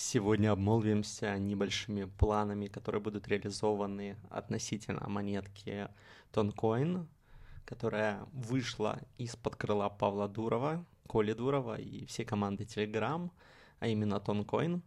Сегодня обмолвимся небольшими планами, которые будут реализованы относительно монетки Toncoin, которая вышла из-под крыла Павла Дурова, Коли Дурова и всей команды Telegram, а именно Toncoin.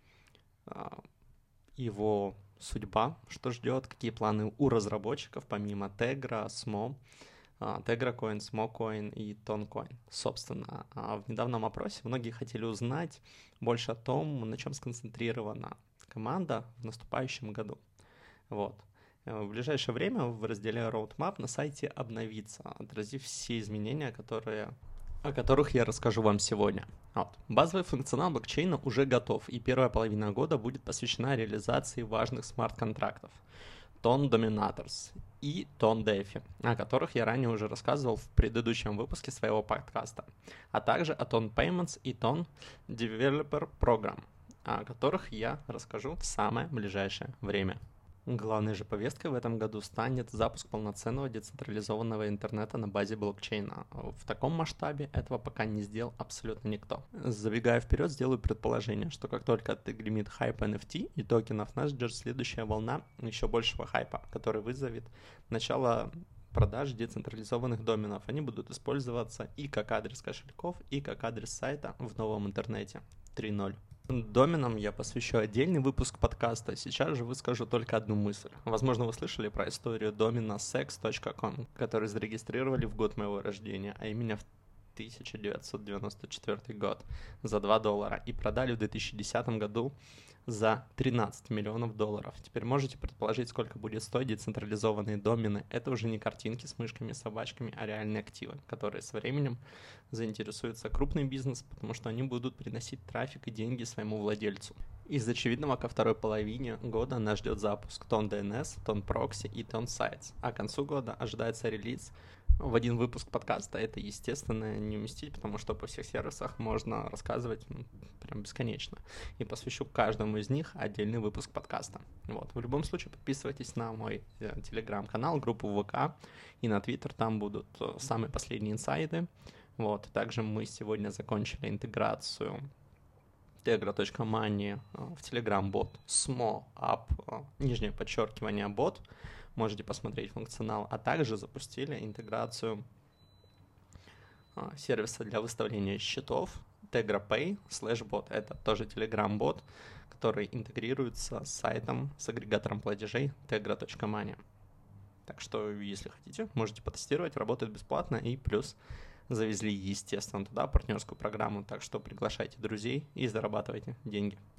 Его судьба, что ждет, какие планы у разработчиков, помимо Tegra, SMO, Tegra Coin, SMO Coin и Toncoin. Собственно, в недавнем опросе многие хотели узнать больше о том, на чем сконцентрирована команда в наступающем году. Вот. В ближайшее время в разделе Roadmap на сайте обновится, отразив все изменения, о которых я расскажу вам сегодня. Вот. Базовый функционал блокчейна уже готов, и первая половина года будет посвящена реализации важных смарт-контрактов Ton Dominators и Ton DeFi, о которых я ранее уже рассказывал в предыдущем выпуске своего подкаста, а также о Ton Payments и Ton Developer Program, о которых я расскажу в самое ближайшее время. Главной же повесткой в этом году станет запуск полноценного децентрализованного интернета на базе блокчейна. В таком масштабе этого пока не сделал абсолютно никто. Забегая вперед, сделаю предположение, что как только отгремит хайп NFT и токенов, нас ждет следующая волна еще большего хайпа, который вызовет начало продаж децентрализованных доменов. Они будут использоваться и как адрес кошельков, и как адрес сайта в новом интернете 3.0. Доменам я посвящу отдельный выпуск подкаста. Сейчас же выскажу только одну мысль. Возможно, вы слышали про историю домена sex.com, который зарегистрировали в год моего рождения, а именно в 1994 год за $2 и продали в 2010 году за 13 миллионов долларов. Теперь можете предположить, сколько будет стоить децентрализованные домены. Это уже не картинки с мышками, собачками, а реальные активы, которые со временем заинтересуется крупный бизнес, потому что они будут приносить трафик и деньги своему владельцу. Из очевидного ко второй половине года нас ждет запуск Ton DNS, Ton Proxy и Ton Sites, а к концу года ожидается релиз в один выпуск подкаста. Это, естественно, не уместить, потому что по всех сервисах можно рассказывать прям бесконечно. И посвящу каждому из них отдельный выпуск подкаста. Вот. В любом случае, подписывайтесь на мой телеграм-канал, группу ВК и на Твиттер. Там будут самые последние инсайды. Вот. Также мы сегодня закончили интеграцию tegra.money в Telegram-бот SMO App, нижнее подчеркивание бот. Можете посмотреть функционал, а также запустили интеграцию сервиса для выставления счетов TegraPay/bot. Это тоже Telegram-бот, который интегрируется с сайтом, с агрегатором платежей tegra.money. Так что, если хотите, можете потестировать, работает бесплатно, и плюс завезли, естественно, туда партнерскую программу, так что приглашайте друзей и зарабатывайте деньги.